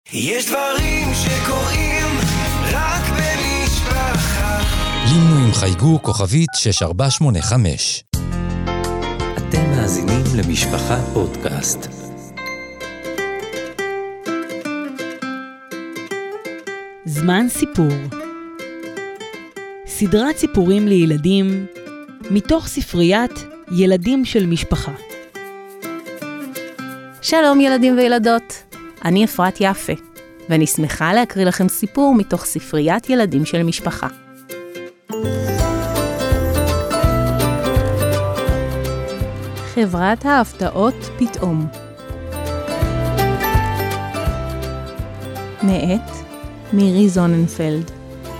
יש דברים שקורים רק במשפחה. לינו עם חייגו כוכבית 6485. אתם מאזינים למשפחה פודקאסט. זמן סיפור. סדרת סיפורים לילדים מתוך ספריית ילדים של משפחה. שלום ילדים וילדות, אני אפרת יפה, ואני שמחה להקריא לכם סיפור מתוך ספריית ילדים של משפחה. חברת ההפתעות פתאום. מאת מירי זוננפלד.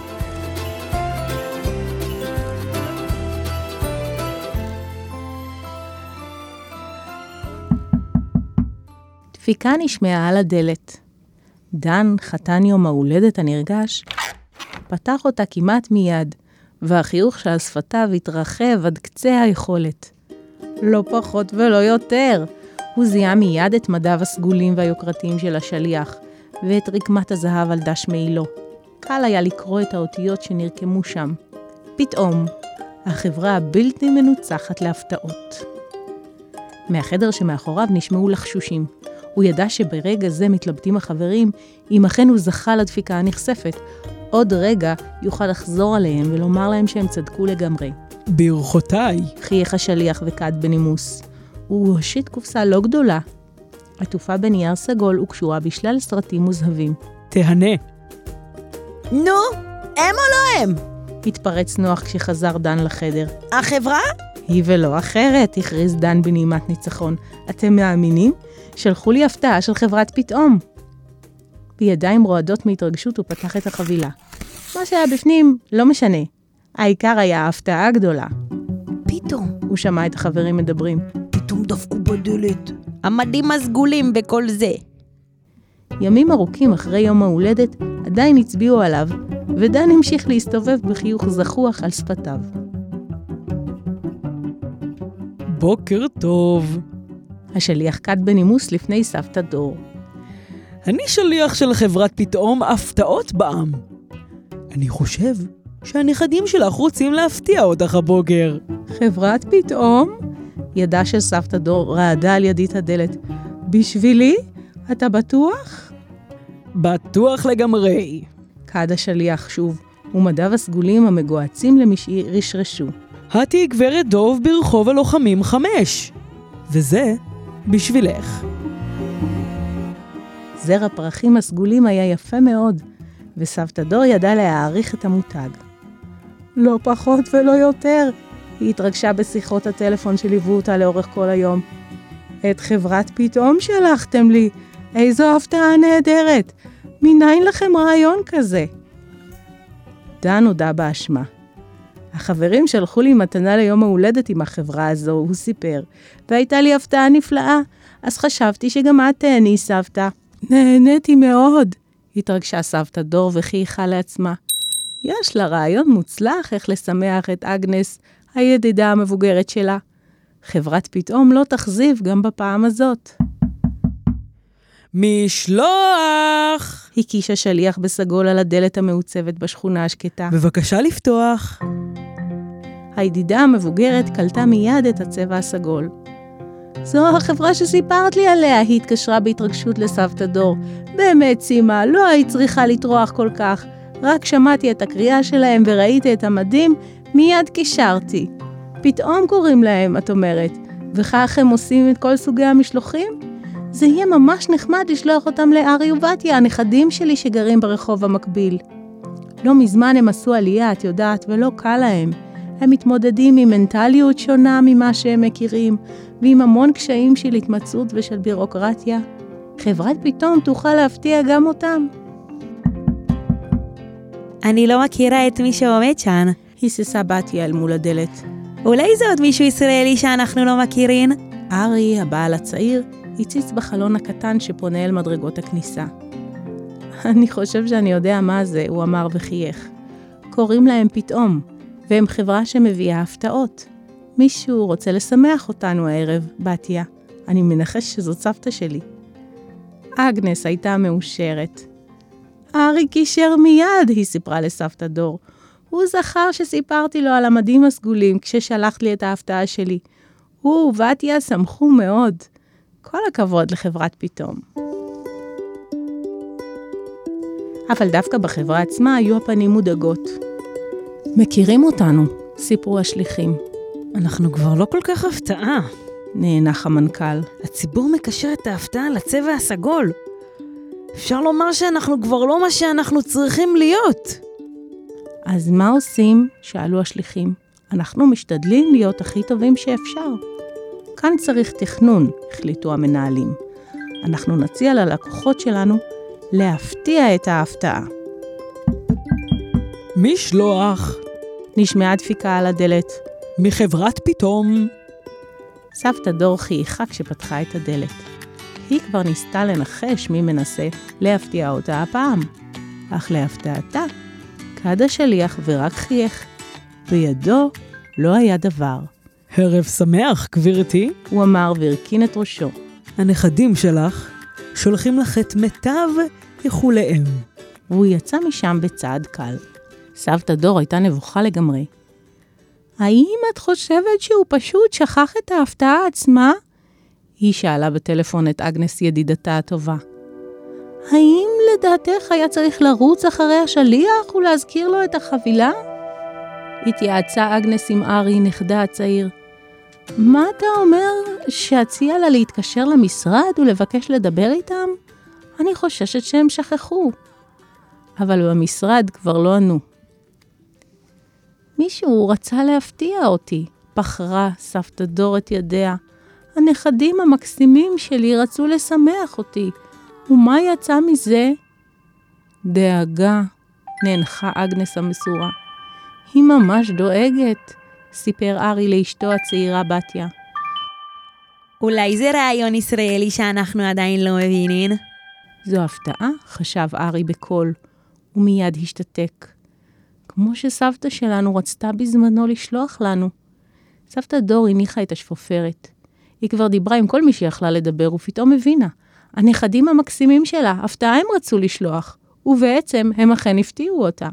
דפיקה נשמעה על הדלת. דן, חתן יום ההולדת הנרגש, פתח אותה כמעט מיד, והחיוך שעל שפתיו התרחב עד קצה היכולת. לא פחות ולא יותר. הוא זיהה מיד את מדיו הסגולים והיוקרתיים של השליח, ואת רקמת הזהב על דש מעילו. קל היה לקרוא את האותיות שנרקמו שם. פתאום, החברה הבלתי מנוצחת להפתעות. מהחדר שמאחוריו נשמעו לחשושים. הוא ידע שברגע זה מתלבטים החברים, אם אכן הוא זכה לדפיקה הנחשפת. עוד רגע יוכל לחזור עליהם ולומר להם שהם צדקו לגמרי. ברכותיי. חייך השליח וקד בנימוס. הוא הושיט קופסה לא גדולה, עטופה בנייר סגול וקשורה בשלל סרטים מוזהבים. תהנה. נו, הם או לא הם? התפרץ נוח כשחזר דן לחדר. החברה? היא ולא אחרת, הכריז דן בנעימת ניצחון. אתם מאמינים? שלחו לי הפתעה של חברת פתאום. בידיים רועדות מהתרגשות הוא פתח את החבילה. מה שהיה בפנים לא משנה. העיקר היה ההפתעה הגדולה. פתאום. הוא שמע את החברים מדברים. פתאום דפקו בדלת. המדים הסגולים בכל זה. ימים ארוכים אחרי יום ההולדת עדיין הצביעו עליו, ודן המשיך להסתובב בחיוך זחוח על שפתיו. בוקר טוב. השליח קד בנימוס לפני סבתא דור. אני שליח של חברת פתאום הפתעות בעם. אני חושב שהנכדים שלך רוצים להפתיע אותך הבוקר. חברת פתאום? ידה של סבתא דור רעדה על ידית הדלת. בשבילי? אתה בטוח? בטוח לגמרי. קד השליח שוב, ומדיו הסגולים המגועצים למשעי רשרשו. התי גברת דוב ברחוב הלוחמים 5. וזה בשבילך. זר הפרחים הסגולים היה יפה מאוד, וסבתא דור ידעה להעריך את המותג. לא פחות ולא יותר, היא התרגשה בשיחות הטלפון שליוו אותה לאורך כל היום. את חברת פתאום שלחתם לי, איזו הפתעה נהדרת, מניין לכם רעיון כזה? דן הודה באשמה. החברים שלחו לי מתנה ליום ההולדת עם החברה הזו, הוא סיפר, והייתה לי הפתעה נפלאה, אז חשבתי שגם את תהני סבתא. נהניתי מאוד, התרגשה סבתא דור וחייכה לעצמה. יש לה רעיון מוצלח איך לשמח את אגנס, הידידה המבוגרת שלה. חברת פתאום לא תחזיב גם בפעם הזאת. משלוח! הקיש השליח בסגול על הדלת המעוצבת בשכונה השקטה. בבקשה לפתוח. הידידה המבוגרת קלטה מיד את הצבע הסגול. זו החברה שסיפרת לי עליה, היא התקשרה בהתרגשות לסבתא דור. באמת סימה, לא היית צריכה לטרוח כל כך. רק שמעתי את הקריאה שלהם וראיתי את המדים, מיד קישרתי. פתאום קוראים להם, את אומרת, וכך הם עושים את כל סוגי המשלוחים? זה יהיה ממש נחמד לשלוח אותם לארי ובתיה, הנכדים שלי שגרים ברחוב המקביל. לא מזמן הם עשו עלייה, את יודעת, ולא קל להם. הם מתמודדים עם מנטליות שונה ממה שהם מכירים, ועם המון קשיים של התמצאות ושל בירוקרטיה. חברת פתאום תוכל להפתיע גם אותם. אני לא מכירה את מי שעומד שם. היססה בתיה אל מול הדלת. אולי זה עוד מישהו ישראלי שאנחנו לא מכירים? ארי, הבעל הצעיר, הציץ בחלון הקטן שפונה אל מדרגות הכניסה. אני חושב שאני יודע מה זה, הוא אמר וחייך. קוראים להם פתאום, והם חברה שמביאה הפתעות. מישהו רוצה לשמח אותנו הערב, בתיה. אני מנחש שזאת סבתא שלי. אגנס הייתה מאושרת. ארי קישר מיד, היא סיפרה לסבתא דור. הוא זכר שסיפרתי לו על המדים הסגולים כששלחת לי את ההפתעה שלי. הוא ובתיה שמחו מאוד. כל הכבוד לחברת פתאום. אבל דווקא בחברה עצמה היו הפנים מודאגות. מכירים אותנו, סיפרו השליחים. אנחנו כבר לא כל כך הפתעה. נאנח המנכ"ל. הציבור מקשר את ההפתעה לצבע הסגול. אפשר לומר שאנחנו כבר לא מה שאנחנו צריכים להיות. אז מה עושים? שאלו השליחים. אנחנו משתדלים להיות הכי טובים שאפשר. כאן צריך תכנון, החליטו המנהלים. אנחנו נציע ללקוחות שלנו להפתיע את ההפתעה. משלוח. נשמעה דפיקה על הדלת. מחברת פתאום. סבתא דור חייכה כשפתחה את הדלת. היא כבר ניסתה לנחש מי מנסה להפתיע אותה הפעם. אך להפתעתה, קד השליח ורק חייך. בידו לא היה דבר. ערב שמח, גבירתי. הוא אמר והרכין את ראשו. הנכדים שלך שולחים לך את מיטב איחוליהם. והוא יצא משם בצעד קל. סבתא דור הייתה נבוכה לגמרי. האם את חושבת שהוא פשוט שכח את ההפתעה עצמה? היא שאלה בטלפון את אגנס ידידתה הטובה. האם לדעתך היה צריך לרוץ אחרי השליח ולהזכיר לו את החבילה? התייעצה אגנס עם ארי, נכדה הצעיר. מה אתה אומר? שהציע לה להתקשר למשרד ולבקש לדבר איתם? אני חוששת שהם שכחו. אבל במשרד כבר לא ענו. מישהו רצה להפתיע אותי, בחרה סבתא דור את ידיה. הנכדים המקסימים שלי רצו לשמח אותי. ומה יצא מזה? דאגה, נאנחה אגנס המסורה. היא ממש דואגת, סיפר ארי לאשתו הצעירה בתיה. אולי זה רעיון ישראלי שאנחנו עדיין לא מבינים? זו הפתעה, חשב ארי בקול, ומיד השתתק. כמו שסבתא שלנו רצתה בזמנו לשלוח לנו. סבתא דור הניחה את השפופרת. היא כבר דיברה עם כל מי שיכלה לדבר, ופתאום הבינה. הנכדים המקסימים שלה, הפתעה הם רצו לשלוח, ובעצם הם אכן הפתיעו אותה.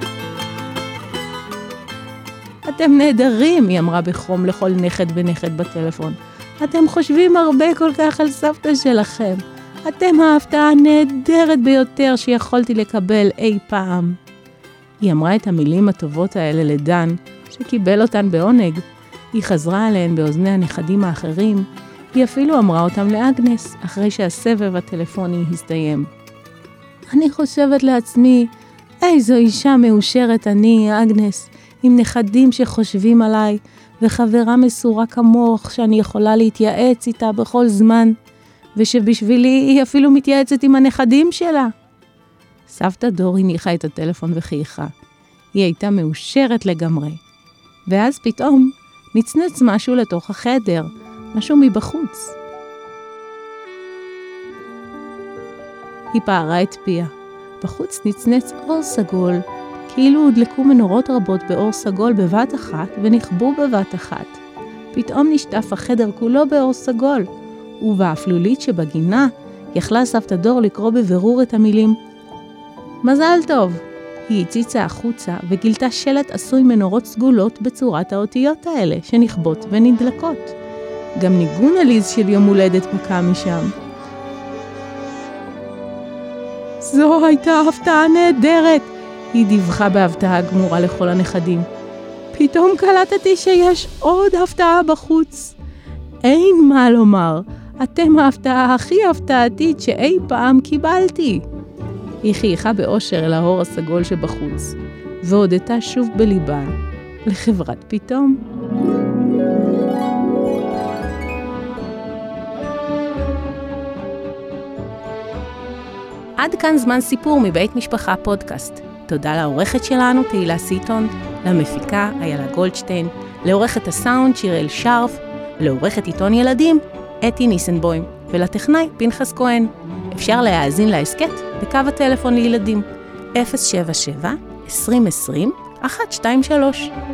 אתם נהדרים, היא אמרה בחום לכל נכד ונכד בטלפון. אתם חושבים הרבה כל כך על סבתא שלכם. אתם ההפתעה הנהדרת ביותר שיכולתי לקבל אי פעם. היא אמרה את המילים הטובות האלה לדן, שקיבל אותן בעונג. היא חזרה עליהן באוזני הנכדים האחרים. היא אפילו אמרה אותם לאגנס, אחרי שהסבב הטלפוני הסתיים. אני חושבת לעצמי, איזו אישה מאושרת אני, אגנס, עם נכדים שחושבים עליי, וחברה מסורה כמוך שאני יכולה להתייעץ איתה בכל זמן, ושבשבילי היא אפילו מתייעצת עם הנכדים שלה. סבתא דור הניחה את הטלפון וחייכה. היא הייתה מאושרת לגמרי. ואז פתאום נצנץ משהו לתוך החדר, משהו מבחוץ. היא פערה את פיה. בחוץ נצנץ אור סגול, כאילו הודלקו מנורות רבות באור סגול בבת אחת ונכבו בבת אחת. פתאום נשטף החדר כולו באור סגול, ובאפלולית שבגינה יכלה סבתא דור לקרוא בבירור את המילים מזל טוב. היא הציצה החוצה וגילתה שלט עשוי מנורות סגולות בצורת האותיות האלה שנכבות ונדלקות. גם ניגון עליז של יום הולדת בקע משם. זו הייתה הפתעה נהדרת, היא דיווחה בהפתעה גמורה לכל הנכדים. פתאום קלטתי שיש עוד הפתעה בחוץ. אין מה לומר, אתם ההפתעה הכי הפתעתית שאי פעם קיבלתי. היא חייכה באושר אל האור הסגול שבחוץ, והודתה שוב בליבה לחברת פתאום. עד כאן זמן סיפור מבית משפחה פודקאסט. תודה לעורכת שלנו תהילה סיטון, למפיקה איילה גולדשטיין, לעורכת הסאונד שיראל שרף, לעורכת עיתון ילדים אתי ניסנבוים, ולטכנאי פנחס כהן. אפשר להאזין להסכת בקו הטלפון לילדים 077-2020-123.